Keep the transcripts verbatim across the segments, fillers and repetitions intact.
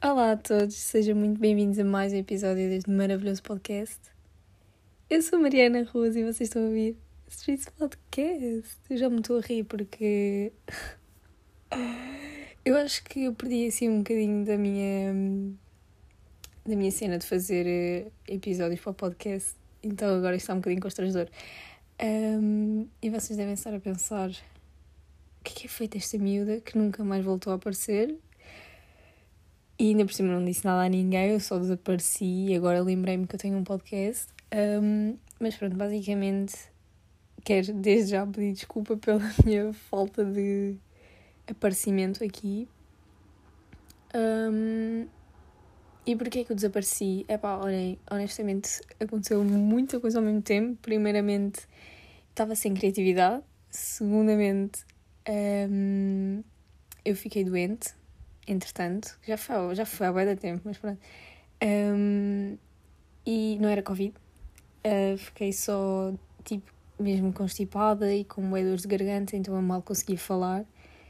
Olá a todos, sejam muito bem-vindos a mais um episódio deste maravilhoso podcast. Eu sou a Mariana Rose e vocês estão a ouvir Streets Podcast. Eu já me estou a rir porque eu acho que eu perdi assim um bocadinho da minha, da minha cena de fazer episódios para o podcast, então agora está um bocadinho constrangedor. Um, e vocês devem estar a pensar: o que é que é feito esta miúda que nunca mais voltou a aparecer? E ainda por cima não disse nada a ninguém, eu só desapareci e agora lembrei-me que eu tenho um podcast. Um, mas pronto, basicamente quero desde já pedir desculpa pela minha falta de aparecimento aqui. Um, e porquê é que eu desapareci? Epá, olhem, honestamente aconteceu muita coisa ao mesmo tempo. Primeiramente, estava sem criatividade. Segundamente, um, eu fiquei doente. Entretanto, já foi, já foi há bué de tempo, mas pronto. Um, e não era Covid. Uh, fiquei só, tipo, mesmo constipada e com bué dores de garganta, então eu mal conseguia falar.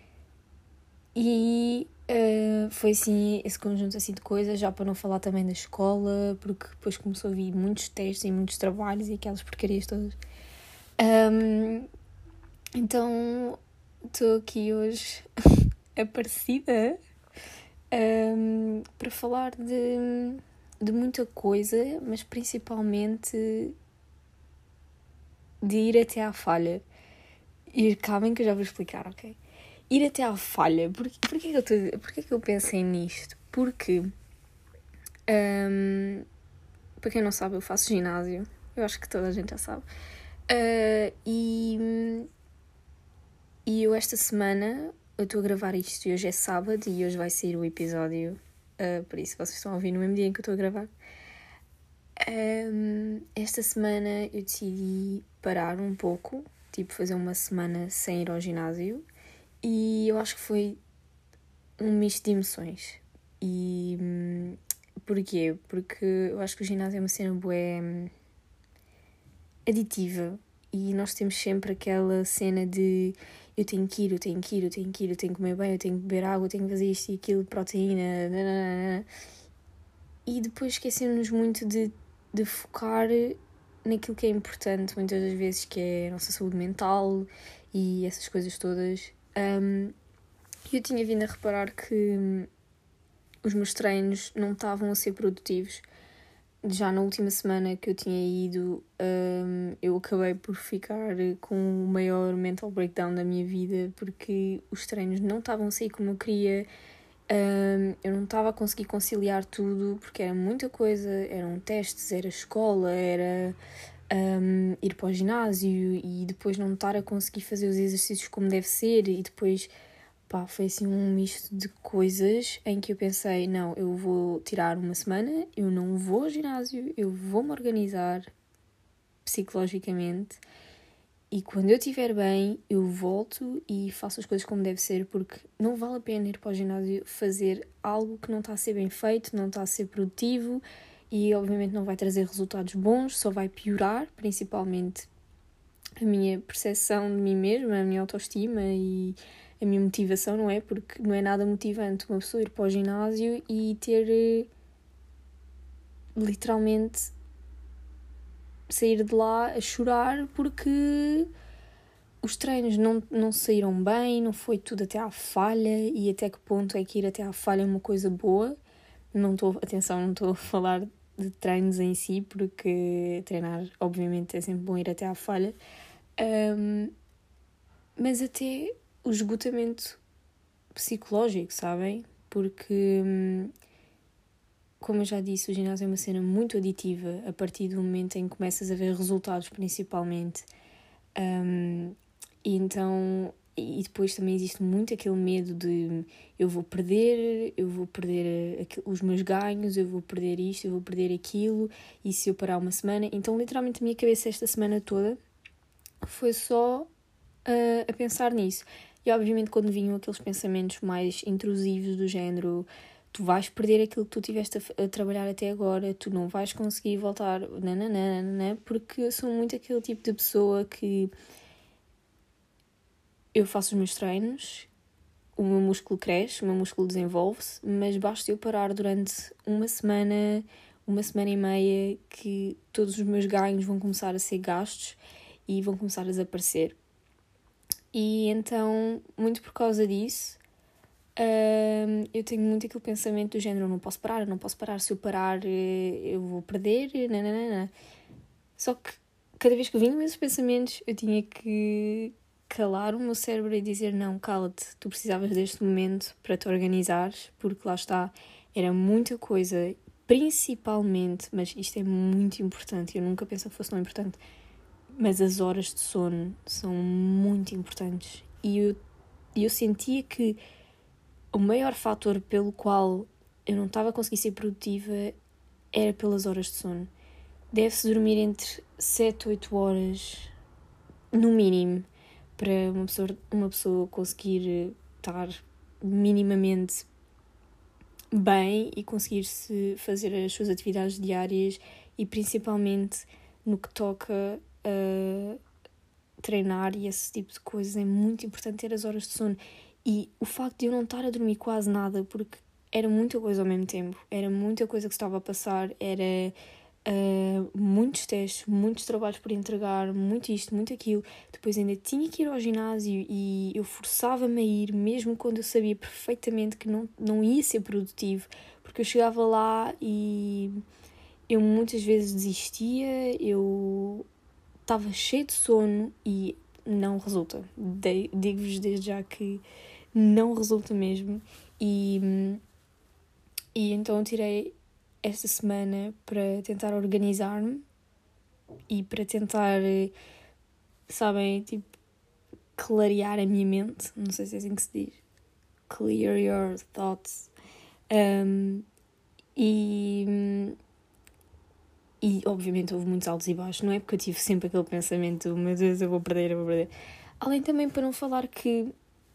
E uh, foi assim, esse conjunto assim de coisas, já para não falar também da escola, porque depois começou a vir muitos testes e muitos trabalhos e aquelas porcarias todas. Um, então, estou aqui hoje aparecida um, para falar de, de muita coisa, mas principalmente de ir até à falha. E calmem que eu já vou explicar, ok? Ir até à falha. Porquê, porquê, que, eu tô, porquê que eu pensei nisto? Porque, um, para quem não sabe, eu faço ginásio. Eu acho que toda a gente já sabe. Uh, e, e eu esta semana, eu estou a gravar isto e hoje é sábado e hoje vai sair o episódio. Uh, por isso, vocês estão a ouvir no mesmo dia em que eu estou a gravar. Um, esta semana eu decidi parar um pouco, tipo fazer uma semana sem ir ao ginásio, e eu acho que foi um misto de emoções. E hum, porquê? Porque eu acho que o ginásio é uma cena bué hum, aditiva e nós temos sempre aquela cena de eu tenho que ir, eu tenho que ir, eu tenho que ir, eu tenho que comer bem, eu tenho que beber água, eu tenho que fazer isto e aquilo, proteína, nananana. E depois esquecemos muito de, de focar naquilo que é importante, muitas das vezes, que é a nossa saúde mental e essas coisas todas. Um, eu tinha vindo a reparar que hum, os meus treinos não estavam a ser produtivos. Já na última semana que eu tinha ido, um, eu acabei por ficar com o maior mental breakdown da minha vida, porque os treinos não estavam a sair como eu queria. Um, eu não estava a conseguir conciliar tudo, porque era muita coisa, eram testes, era escola, era um, ir para o ginásio e depois não estar a conseguir fazer os exercícios como deve ser, e depois, pá, foi assim um misto de coisas em que eu pensei, não, eu vou tirar uma semana, eu não vou ao ginásio, eu vou-me organizar psicologicamente. E quando eu estiver bem, eu volto e faço as coisas como deve ser, porque não vale a pena ir para o ginásio fazer algo que não está a ser bem feito, não está a ser produtivo e obviamente não vai trazer resultados bons, só vai piorar, principalmente a minha percepção de mim mesma, a minha autoestima e a minha motivação, não é? Porque não é nada motivante uma pessoa ir para o ginásio e ter literalmente sair de lá a chorar porque os treinos não, não saíram bem, não foi tudo até à falha, e até que ponto é que ir até à falha é uma coisa boa. Não estou, atenção, não estou a falar de treinos em si, porque treinar obviamente é sempre bom ir até à falha, um, mas até o esgotamento psicológico, sabem? Porque, como eu já disse, o ginásio é uma cena muito aditiva a partir do momento em que começas a ver resultados, principalmente. Um, e então, e depois também existe muito aquele medo de eu vou perder, eu vou perder os meus ganhos, eu vou perder isto, eu vou perder aquilo, e se eu parar uma semana? Então, literalmente, a minha cabeça esta semana toda foi só uh, a pensar nisso. E, obviamente, quando vinham aqueles pensamentos mais intrusivos do género tu vais perder aquilo que tu tiveste a, a trabalhar até agora, tu não vais conseguir voltar, nananana, nanana, porque eu sou muito aquele tipo de pessoa que eu faço os meus treinos o meu músculo cresce, o meu músculo desenvolve-se, mas basta eu parar durante uma semana, uma semana e meia, que todos os meus ganhos vão começar a ser gastos e vão começar a desaparecer. E então, muito por causa disso, hum, eu tenho muito aquele pensamento do género: eu não posso parar, eu não posso parar, se eu parar eu vou perder, nananana. Só que cada vez que vinham esses pensamentos, eu tinha que calar o meu cérebro e dizer: não, cala-te, tu precisavas deste momento para te organizares, porque lá está, era muita coisa, principalmente, mas isto é muito importante, eu nunca pensei que fosse tão importante, mas as horas de sono são muito importantes. E eu, eu sentia que o maior fator pelo qual eu não estava a conseguir ser produtiva era pelas horas de sono. Deve-se dormir entre sete a oito horas, no mínimo, para uma pessoa, uma pessoa conseguir estar minimamente bem e conseguir-se fazer as suas atividades diárias, e principalmente no que toca a treinar e esse tipo de coisas. É muito importante ter as horas de sono. E o facto de eu não estar a dormir quase nada, porque era muita coisa ao mesmo tempo, era muita coisa que se estava a passar, era uh, muitos testes, muitos trabalhos por entregar, muito isto, muito aquilo. Depois ainda tinha que ir ao ginásio e eu forçava-me a ir, mesmo quando eu sabia perfeitamente que não, não ia ser produtivo, porque eu chegava lá e eu muitas vezes desistia, eu estava cheio de sono e não resulta. De, digo-vos desde já que não resulta mesmo. E, e então eu tirei esta semana para tentar organizar-me e para tentar, sabem, tipo, clarear a minha mente. Não sei se é assim que se diz. Clear your thoughts. Um, e... E, obviamente, houve muitos altos e baixos. Não é porque eu tive sempre aquele pensamento: meu Deus, eu vou perder, eu vou perder. Além também para não falar que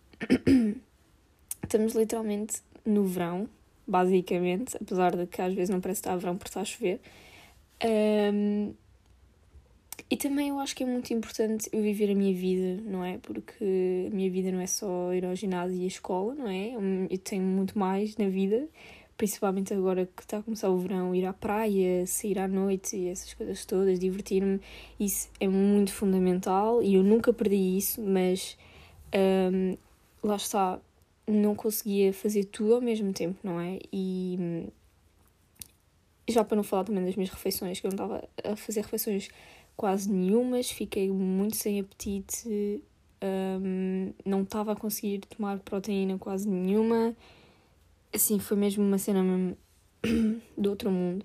estamos literalmente no verão, basicamente, apesar de que às vezes não parece estar verão porque está a chover. Um, e também eu acho que é muito importante eu viver a minha vida, não é? Porque a minha vida não é só ir ao ginásio e à escola, não é? Eu tenho muito mais na vida. Principalmente agora que está a começar o verão, ir à praia, sair à noite e essas coisas todas, divertir-me, isso é muito fundamental e eu nunca perdi isso, mas um, lá está, não conseguia fazer tudo ao mesmo tempo, não é? E já para não falar também das minhas refeições, que eu não estava a fazer refeições quase nenhumas, fiquei muito sem apetite, um, não estava a conseguir tomar proteína quase nenhuma. Assim, foi mesmo uma cena mesmo do outro mundo.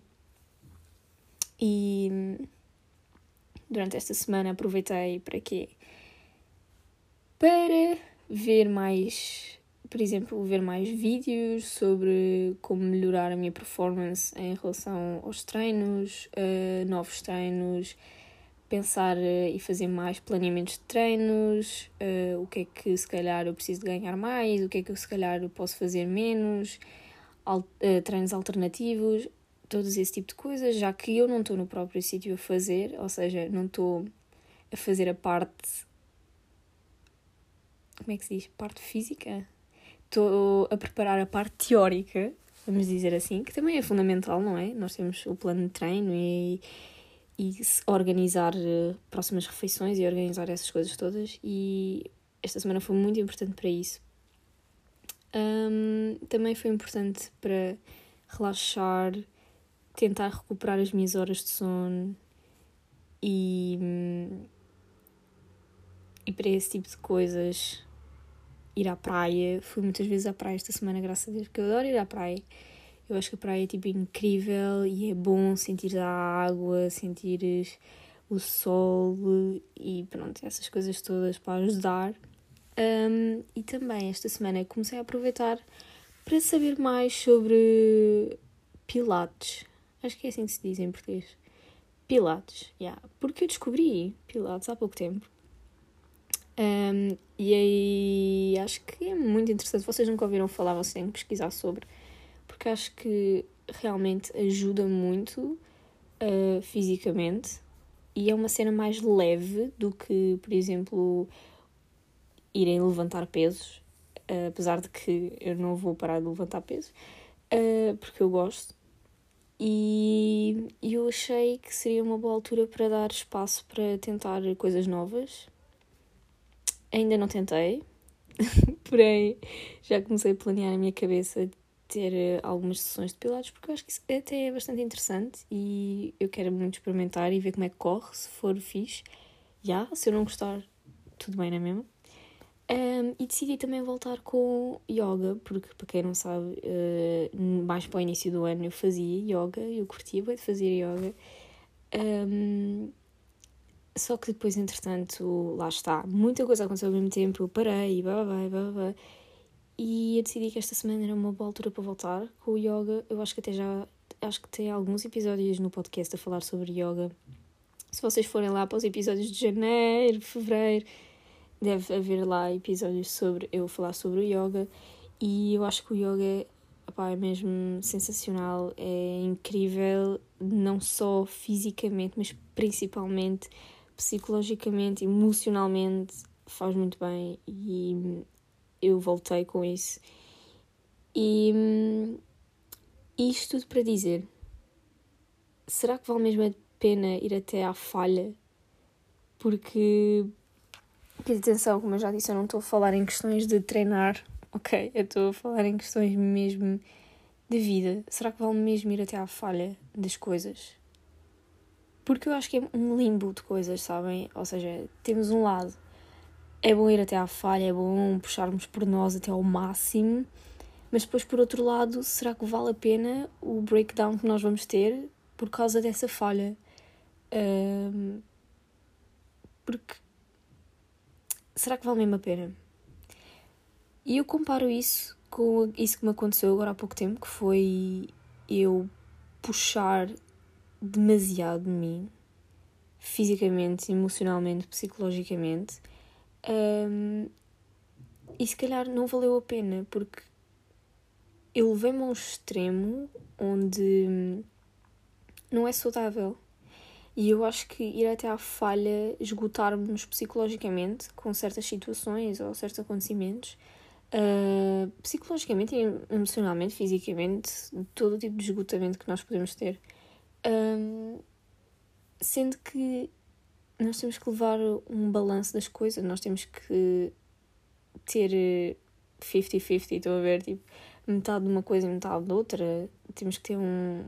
E durante esta semana aproveitei para quê? Para ver mais, por exemplo, ver mais vídeos sobre como melhorar a minha performance em relação aos treinos, uh, novos treinos, pensar uh, e fazer mais planeamentos de treinos, uh, o que é que se calhar eu preciso de ganhar mais, o que é que eu se calhar eu posso fazer menos, al- uh, treinos alternativos, todo esse tipo de coisas, já que eu não estou no próprio sítio a fazer, ou seja, não estou a fazer a parte, como é que se diz? Parte física? Estou a preparar a parte teórica, vamos dizer assim, que também é fundamental, não é? Nós temos o plano de treino e e organizar uh, próximas refeições e organizar essas coisas todas, e esta semana foi muito importante para isso. Um, também foi importante para relaxar, tentar recuperar as minhas horas de sono e, um, e para esse tipo de coisas, ir à praia. Fui muitas vezes à praia esta semana, graças a Deus, porque eu adoro ir à praia. Eu acho que a praia é tipo incrível e é bom sentir a água, sentir o sol e pronto, essas coisas todas para ajudar. Um, e também esta semana comecei a aproveitar para saber mais sobre Pilates. Acho que é assim que se diz em português. Pilates, yeah. Porque eu descobri Pilates há pouco tempo. Um, e aí acho que é muito interessante. Vocês nunca ouviram falar, vocês têm que pesquisar sobre. Porque acho que realmente ajuda muito uh, fisicamente e é uma cena mais leve do que, por exemplo, irem levantar pesos. uh, apesar de que eu não vou parar de levantar peso, uh, porque eu gosto. E eu achei que seria uma boa altura para dar espaço para tentar coisas novas. Ainda não tentei, porém já comecei a planear na minha cabeça ter algumas sessões de pilates, porque eu acho que isso até é bastante interessante e eu quero muito experimentar e ver como é que corre, se for fixe. Já, yeah, se eu não gostar, tudo bem, não é mesmo? Um, e decidi também voltar com yoga, porque para quem não sabe, uh, mais para o início do ano eu fazia yoga, eu curtia bem de fazer yoga. Um, só que depois, entretanto, lá está, muita coisa aconteceu ao mesmo tempo, eu parei e blá blá blá blá. E eu decidi que esta semana era uma boa altura para voltar com o yoga. Eu acho que até já, acho que tem alguns episódios no podcast a falar sobre yoga. Se vocês forem lá para os episódios de janeiro, fevereiro, deve haver lá episódios sobre eu falar sobre o yoga. E eu acho que o yoga opá, é mesmo sensacional, é incrível, não só fisicamente, mas principalmente psicologicamente, emocionalmente, faz muito bem e eu voltei com isso. E isto tudo para dizer, será que vale mesmo a pena ir até à falha? Porque, porque atenção, como eu já disse, eu não estou a falar em questões de treinar, ok? Eu estou a falar em questões mesmo de vida. Será que vale mesmo ir até à falha das coisas? Porque eu acho que é um limbo de coisas, sabem? Ou seja, temos um lado, é bom ir até à falha, é bom puxarmos por nós até ao máximo, mas depois, por outro lado, será que vale a pena o breakdown que nós vamos ter por causa dessa falha? Um, porque será que vale mesmo a pena? E eu comparo isso com isso que me aconteceu agora há pouco tempo, que foi eu puxar demasiado de mim, fisicamente, emocionalmente, psicologicamente, um, e se calhar não valeu a pena, porque eu levei-me a um extremo onde não é saudável. E eu acho que ir até à falha, esgotar-nos psicologicamente com certas situações ou certos acontecimentos, uh, psicologicamente e emocionalmente, fisicamente, todo o tipo de esgotamento que nós podemos ter. Um, sendo que nós temos que levar um balanço das coisas, nós temos que ter cinquenta cinquenta, estou a ver, tipo, metade de uma coisa e metade de outra. Temos que ter um,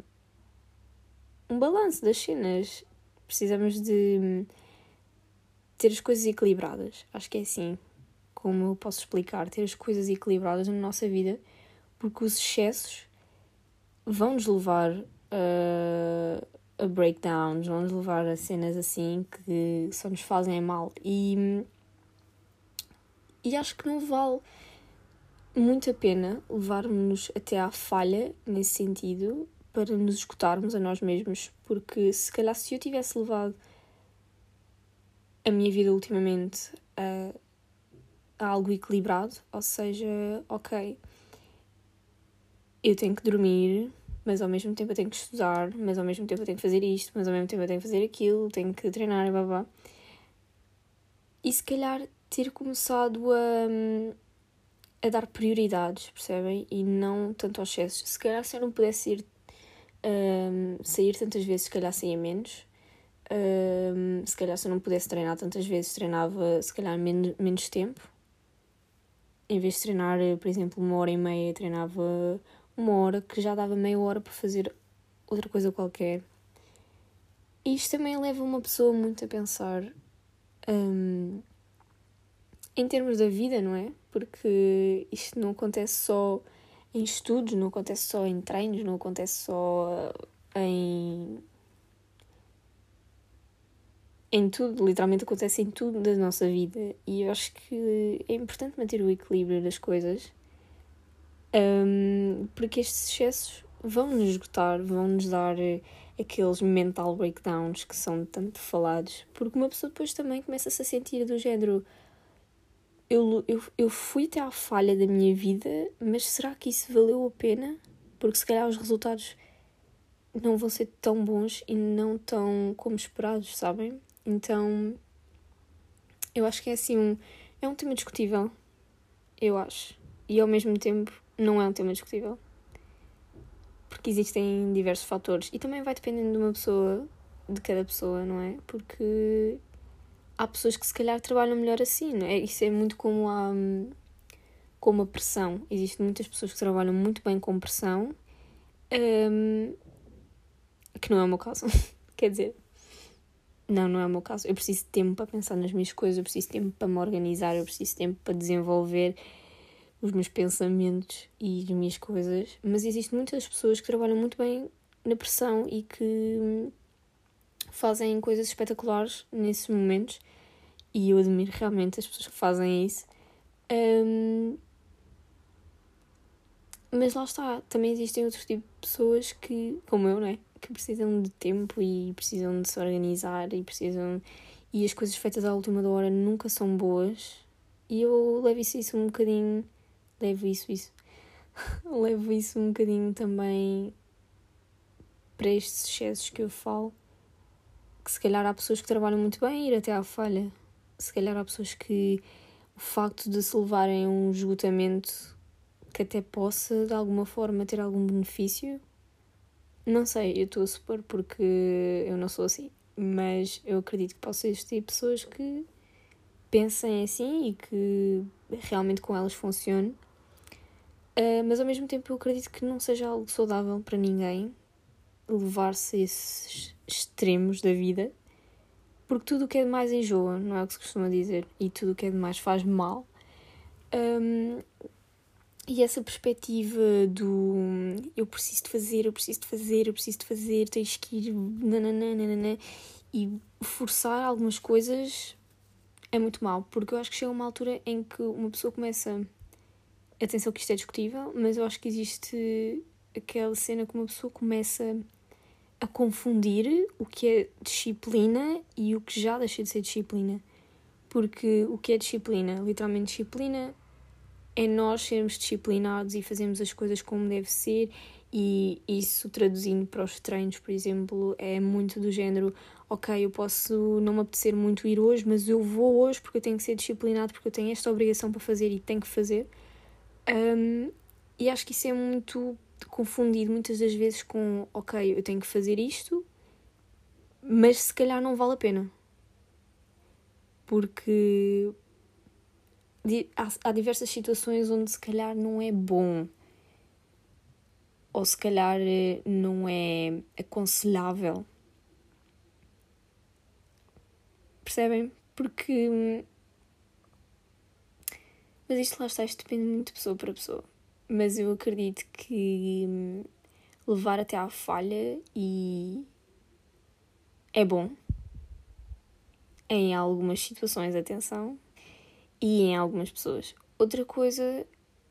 um balanço das cenas. Precisamos de ter as coisas equilibradas. Acho que é assim como eu posso explicar. Ter as coisas equilibradas na nossa vida, porque os excessos vão-nos levar a, a breakdowns, vão-nos levar a cenas assim que só nos fazem mal. E, e acho que não vale muito a pena levar-nos até à falha nesse sentido, para nos escutarmos a nós mesmos, porque se calhar se eu tivesse levado a minha vida ultimamente a, a algo equilibrado, ou seja, ok, eu tenho que dormir, mas ao mesmo tempo eu tenho que estudar, mas ao mesmo tempo eu tenho que fazer isto, mas ao mesmo tempo eu tenho que fazer aquilo, tenho que treinar e blá blá. E se calhar ter começado a, a dar prioridades, percebem? E não tanto aos excessos. Se calhar se eu não pudesse ir Um, sair tantas vezes, se calhar saía menos. Um, se calhar se eu não pudesse treinar tantas vezes, treinava se calhar menos, menos tempo. Em vez de treinar, por exemplo, uma hora e meia, treinava uma hora, que já dava meia hora para fazer outra coisa qualquer. E isto também leva uma pessoa muito a pensar um, em termos da vida, não é? Porque isto não acontece só em estudos, não acontece só em treinos, não acontece só em... em tudo, literalmente acontece em tudo da nossa vida. E eu acho que é importante manter o equilíbrio das coisas, um, porque estes excessos vão-nos esgotar, vão-nos dar aqueles mental breakdowns que são tanto falados, porque uma pessoa depois também começa-se a sentir do género... Eu, eu, eu fui até à falha da minha vida, mas será que isso valeu a pena? Porque se calhar os resultados não vão ser tão bons e não tão como esperados, sabem? Então, eu acho que é assim um... é um tema discutível, eu acho. e ao mesmo tempo não é um tema discutível. Porque existem diversos fatores. E também vai dependendo de uma pessoa, de cada pessoa, não é? Porque há pessoas que se calhar trabalham melhor assim, não é? Isso é muito como a, como a pressão. Existem muitas pessoas que trabalham muito bem com pressão, um, que não é o meu caso. Quer dizer, não, não é o meu caso. Eu preciso de tempo para pensar nas minhas coisas, eu preciso de tempo para me organizar, eu preciso de tempo para desenvolver os meus pensamentos e as minhas coisas. Mas existem muitas pessoas que trabalham muito bem na pressão e que fazem coisas espetaculares nesses momentos. E eu admiro realmente as pessoas que fazem isso. Um, mas lá está, também existem outros tipos de pessoas que, como eu, não é? Que precisam de tempo e precisam de se organizar e precisam... E as coisas feitas à última hora nunca são boas. E eu levo isso, isso um bocadinho... Levo isso, isso... levo isso um bocadinho também para estes excessos que eu falo. Que se calhar há pessoas que trabalham muito bem ir até à falha. Se calhar há pessoas que o facto de se levarem a um esgotamento que até possa de alguma forma ter algum benefício, não sei, eu estou a supor porque eu não sou assim, mas eu acredito que possa existir pessoas que pensem assim e que realmente com elas funcione, uh, mas ao mesmo tempo eu acredito que não seja algo saudável para ninguém levar-se a esses extremos da vida, porque tudo o que é demais enjoa, não é o que se costuma dizer, e tudo o que é demais faz mal. Um, e essa perspectiva do eu preciso de fazer, eu preciso de fazer, eu preciso de fazer, tens que ir nananã, nananã, e forçar algumas coisas é muito mau, porque eu acho que chega uma altura em que uma pessoa começa, atenção que isto é discutível, mas eu acho que existe aquela cena que uma pessoa começa a confundir o que é disciplina e o que já deixa de ser disciplina. Porque o que é disciplina? Literalmente disciplina é nós sermos disciplinados e fazermos as coisas como deve ser, e isso traduzindo para os treinos, por exemplo, é muito do género, ok, eu posso não me apetecer muito ir hoje, mas eu vou hoje porque eu tenho que ser disciplinado, porque eu tenho esta obrigação para fazer e tenho que fazer. Um, e acho que isso é muito confundido muitas das vezes com, ok, eu tenho que fazer isto, mas se calhar não vale a pena. Porque há, há diversas situações onde se calhar não é bom, ou se calhar não é aconselhável. Percebem? Porque... Mas isto lá está, isto depende muito de pessoa para pessoa. Mas eu acredito que levar até à falha e é bom. Em algumas situações, atenção. E em algumas pessoas. Outra coisa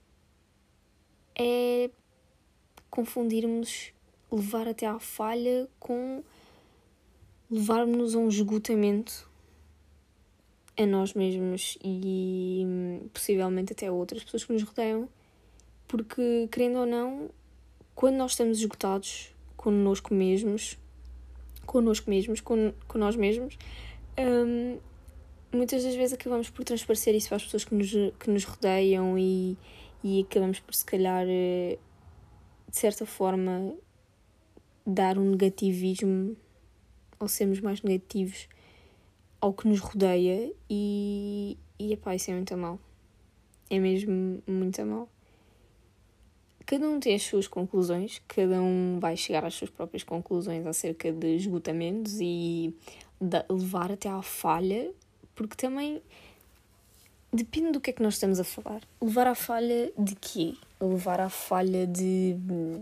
é confundirmos levar até à falha com levar-nos a um esgotamento a nós mesmos e possivelmente até a outras pessoas que nos rodeiam, porque, querendo ou não, quando nós estamos esgotados connosco mesmos, connosco mesmos, com, com nós mesmos, hum, muitas das vezes acabamos por transparecer isso para as pessoas que nos, que nos rodeiam e, e acabamos por, se calhar, de certa forma, dar um negativismo, ou sermos mais negativos ao que nos rodeia e, e epá, isso é muito mal. É mesmo muito mal. Cada um tem as suas conclusões, cada um vai chegar às suas próprias conclusões acerca de esgotamentos e de levar até à falha, porque também depende do que é que nós estamos a falar. Levar à falha de quê? Levar à falha de...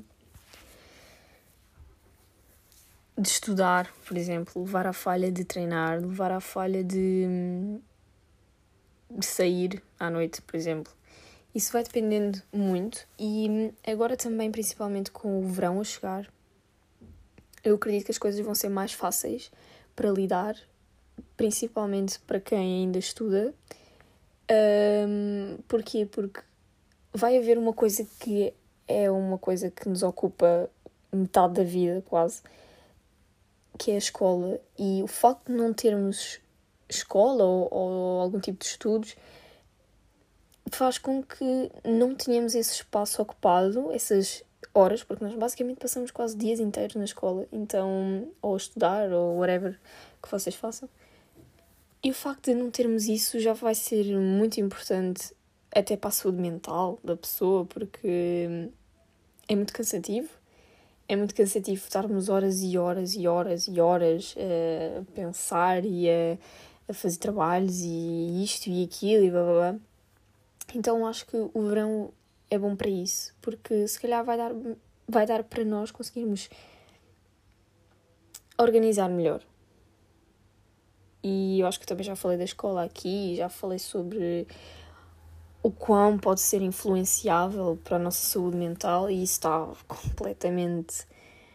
de estudar, por exemplo, levar à falha de treinar, levar à falha de, de sair à noite, por exemplo. Isso vai dependendo muito e agora também, principalmente com o verão a chegar, eu acredito que as coisas vão ser mais fáceis para lidar, principalmente para quem ainda estuda. Um, porquê? Porque vai haver uma coisa que é uma coisa que nos ocupa metade da vida, quase, que é a escola, e o facto de não termos escola ou, ou algum tipo de estudos faz com que não tenhamos esse espaço ocupado, essas horas, porque nós basicamente passamos quase dias inteiros na escola, então, ou a estudar, ou whatever que vocês façam. E o facto de não termos isso já vai ser muito importante até para a saúde mental da pessoa, porque é muito cansativo. É muito cansativo estarmos horas e horas e horas e horas a pensar e a, a fazer trabalhos e isto e aquilo e blá blá blá. Então acho que o verão é bom para isso, porque se calhar vai dar, vai dar para nós conseguirmos organizar melhor. E eu acho que também já falei da escola aqui, já falei sobre o quão pode ser influenciável para a nossa saúde mental, e isso está completamente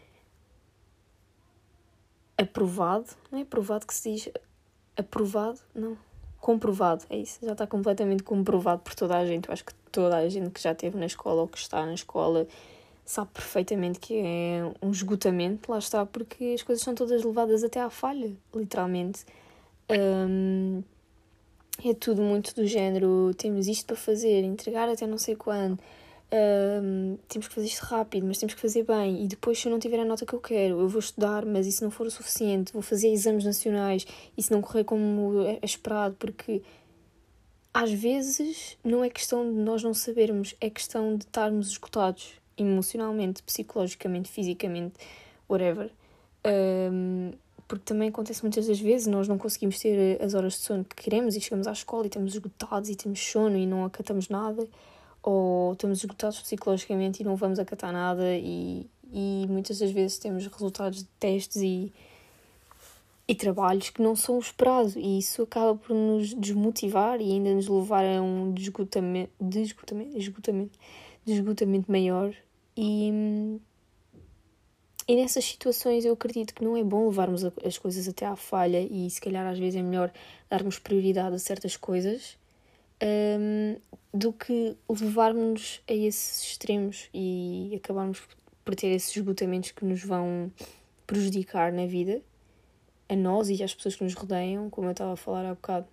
aprovado. Não é aprovado que se diz? Aprovado? Não. Comprovado, é isso. Já está completamente comprovado por toda a gente. Eu acho que toda a gente que já esteve na escola ou que está na escola sabe perfeitamente que é um esgotamento. Lá está, porque as coisas são todas levadas até à falha, literalmente. Um, é tudo muito do género, temos isto para fazer, entregar até não sei quando, um, temos que fazer isto rápido, mas temos que fazer bem, e depois se eu não tiver a nota que eu quero, eu vou estudar, mas isso não for o suficiente, vou fazer exames nacionais, e se não correr como é esperado, porque às vezes não é questão de nós não sabermos, é questão de estarmos esgotados emocionalmente, psicologicamente, fisicamente, whatever. Um, porque também acontece muitas das vezes, nós não conseguimos ter as horas de sono que queremos e chegamos à escola e estamos esgotados e temos sono e não acatamos nada, ou estamos esgotados psicologicamente e não vamos acatar nada, e, e muitas das vezes temos resultados de testes e, e trabalhos que não são esperados, e isso acaba por nos desmotivar e ainda nos levar a um desgotamento, desgotamento, esgotamento, desgotamento maior. E... E nessas situações eu acredito que não é bom levarmos as coisas até à falha, e se calhar às vezes é melhor darmos prioridade a certas coisas um, do que levarmos a esses extremos e acabarmos por ter esses esgotamentos que nos vão prejudicar na vida, a nós e às pessoas que nos rodeiam, como eu estava a falar há bocado.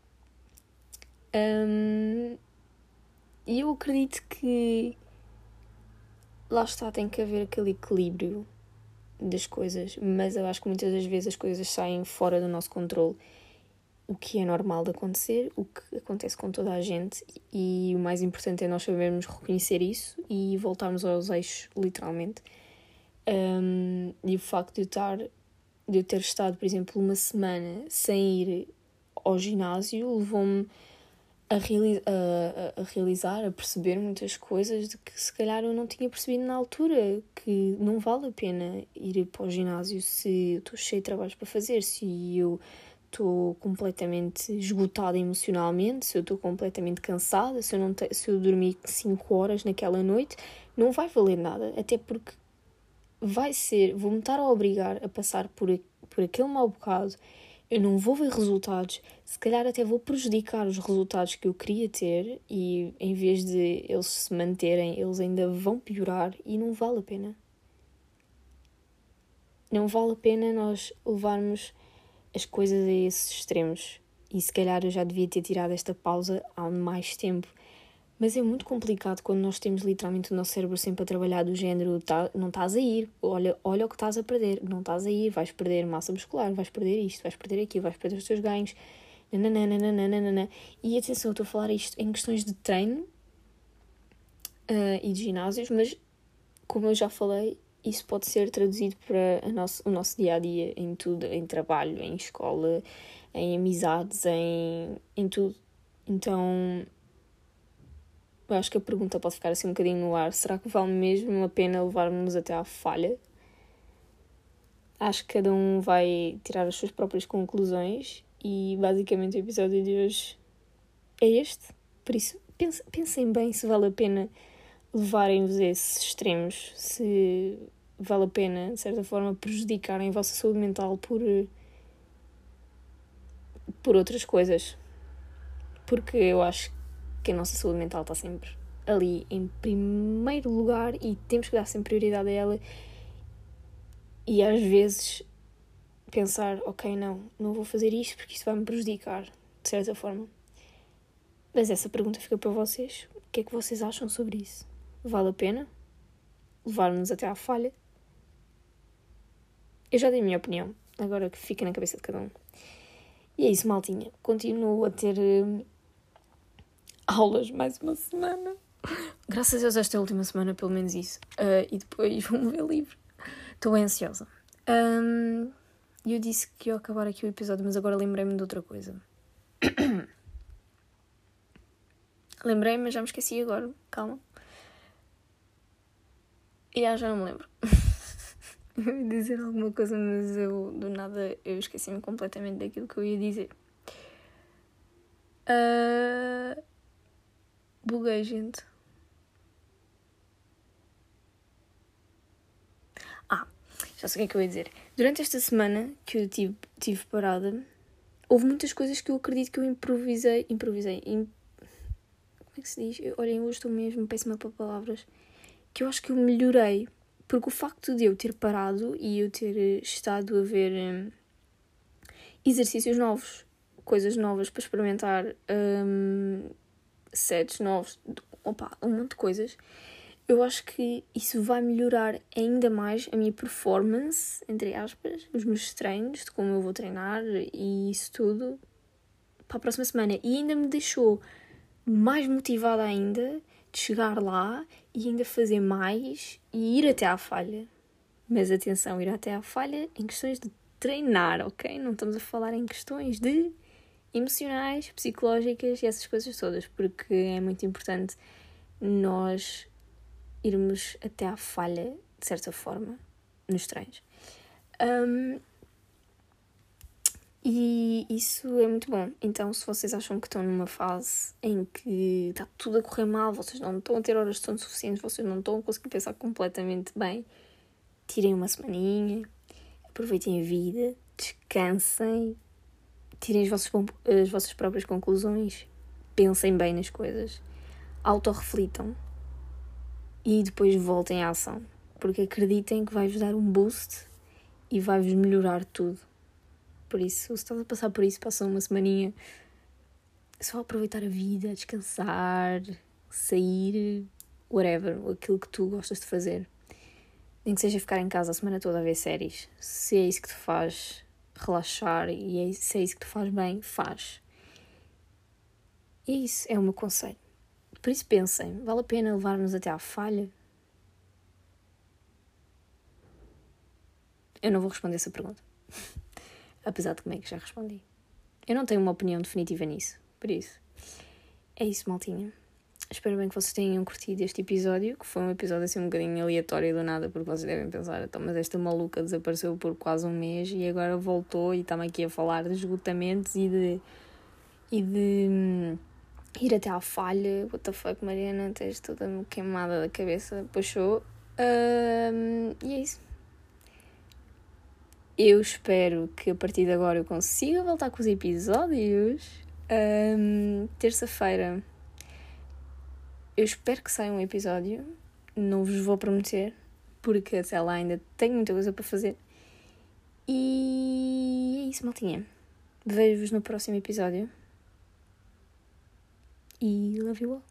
Um, e eu acredito que lá está, tem que haver aquele equilíbrio das coisas, mas eu acho que muitas das vezes as coisas saem fora do nosso controle, o que é normal de acontecer, o que acontece com toda a gente, e o mais importante é nós sabermos reconhecer isso e voltarmos aos eixos, literalmente. Um, e o facto de eu, estar, de eu ter estado, por exemplo, uma semana sem ir ao ginásio levou-me A, reali- a, a, a realizar, a perceber muitas coisas de que se calhar eu não tinha percebido na altura, que não vale a pena ir para o ginásio se eu estou cheio de trabalhos para fazer, se eu estou completamente esgotada emocionalmente, se eu estou completamente cansada, se eu, não te- se eu dormi cinco horas naquela noite, não vai valer nada, até porque vai ser, vou-me estar a obrigar a passar por, a, por aquele mau bocado. Eu não vou ver resultados, se calhar até vou prejudicar os resultados que eu queria ter, e em vez de eles se manterem, eles ainda vão piorar, e não vale a pena. Não vale a pena nós levarmos as coisas a esses extremos. E se calhar eu já devia ter tirado esta pausa há mais tempo. Mas é muito complicado quando nós temos literalmente o nosso cérebro sempre a trabalhar do género, tá, não estás a ir, olha, olha o que estás a perder, não estás a ir, vais perder massa muscular, vais perder isto, vais perder aquilo, vais perder os teus ganhos, nananana. E atenção, eu estou a falar isto em questões de treino uh, e de ginásios, mas como eu já falei, isso pode ser traduzido para a nosso, o nosso dia-a-dia, em tudo, em trabalho, em escola, em amizades, em, em tudo. Então... eu acho que a pergunta pode ficar assim um bocadinho no ar. Será que vale mesmo a pena levar-nos até à falha? Acho que cada um vai tirar as suas próprias conclusões, e basicamente o episódio de hoje é este. Por isso, pensem bem se vale a pena levarem-vos a esses extremos, se vale a pena, de certa forma, prejudicarem a vossa saúde mental por, por outras coisas. Porque eu acho que a nossa saúde mental está sempre ali em primeiro lugar e temos que dar sempre prioridade a ela, e às vezes pensar, ok, não, não vou fazer isto porque isto vai me prejudicar, de certa forma. Mas essa pergunta fica para vocês. O que é que vocês acham sobre isso? Vale a pena levar-nos até à falha? Eu já dei a minha opinião. Agora que fica na cabeça de cada um. E é isso, maltinha. Continuo a ter uh, aulas mais uma semana. Graças a Deus esta é a última semana, pelo menos isso. Uh, e depois vou-me ver livre. Estou bem ansiosa. Um, eu disse que ia acabar aqui o episódio, mas agora lembrei-me de outra coisa. Lembrei-me, mas já me esqueci agora. Calma. E ah, já não me lembro. Eu ia dizer alguma coisa, mas eu, do nada, eu esqueci-me completamente daquilo que eu ia dizer. Uh... Buguei, gente. Ah, já sei o que é que eu ia dizer. Durante esta semana que eu tive, tive parada, houve muitas coisas que eu acredito que eu improvisei. Improvisei. Im... Como é que se diz? Eu, olhem, hoje estou mesmo péssima para palavras. Que eu acho que eu melhorei. Porque o facto de eu ter parado e eu ter estado a ver hum, exercícios novos, coisas novas para experimentar, hum, sets novos, opa, um monte de coisas, eu acho que isso vai melhorar ainda mais a minha performance, entre aspas, os meus treinos, de como eu vou treinar e isso tudo para a próxima semana. E ainda me deixou mais motivada ainda de chegar lá e ainda fazer mais e ir até à falha. Mas atenção, ir até à falha em questões de treinar, ok? Não estamos a falar em questões de emocionais, psicológicas e essas coisas todas, porque é muito importante nós irmos até à falha, de certa forma, nos treinos. Um, E isso é muito bom. Então, se vocês acham que estão numa fase em que está tudo a correr mal, vocês não estão a ter horas de sono suficientes, vocês não estão a conseguir pensar completamente bem, tirem uma semaninha, aproveitem a vida, descansem, tirem as vossas, as vossas próprias conclusões, pensem bem nas coisas, autorreflitam e depois voltem à ação. Porque acreditem que vai-vos dar um boost e vai-vos melhorar tudo. Por isso, se estás a passar por isso, passa uma semaninha só aproveitar a vida, descansar, sair, whatever, aquilo que tu gostas de fazer. Nem que seja ficar em casa a semana toda a ver séries. Se é isso que te faz relaxar e é, se é isso que te faz bem, faz. E é isso, é o meu conselho. Por isso pensem, vale a pena levar-nos até à falha? Eu não vou responder essa pergunta. Apesar de como é que já respondi. Eu não tenho uma opinião definitiva nisso. Por isso. É isso, maltinha. Espero bem que vocês tenham curtido este episódio. Que foi um episódio assim um bocadinho aleatório do nada. Porque vocês devem pensar, então, mas esta maluca desapareceu por quase um mês. E agora voltou e está-me aqui a falar de esgotamentos e de... E de... Hum, ir até à falha. What the fuck, Mariana? Estás toda queimada da cabeça. Puxou. Um, e é isso. Eu espero que a partir de agora eu consiga voltar com os episódios. Um, terça-feira eu espero que saia um episódio. Não vos vou prometer, porque até lá ainda tenho muita coisa para fazer. E é isso, maltinha. Vejo-vos no próximo episódio. E love you all.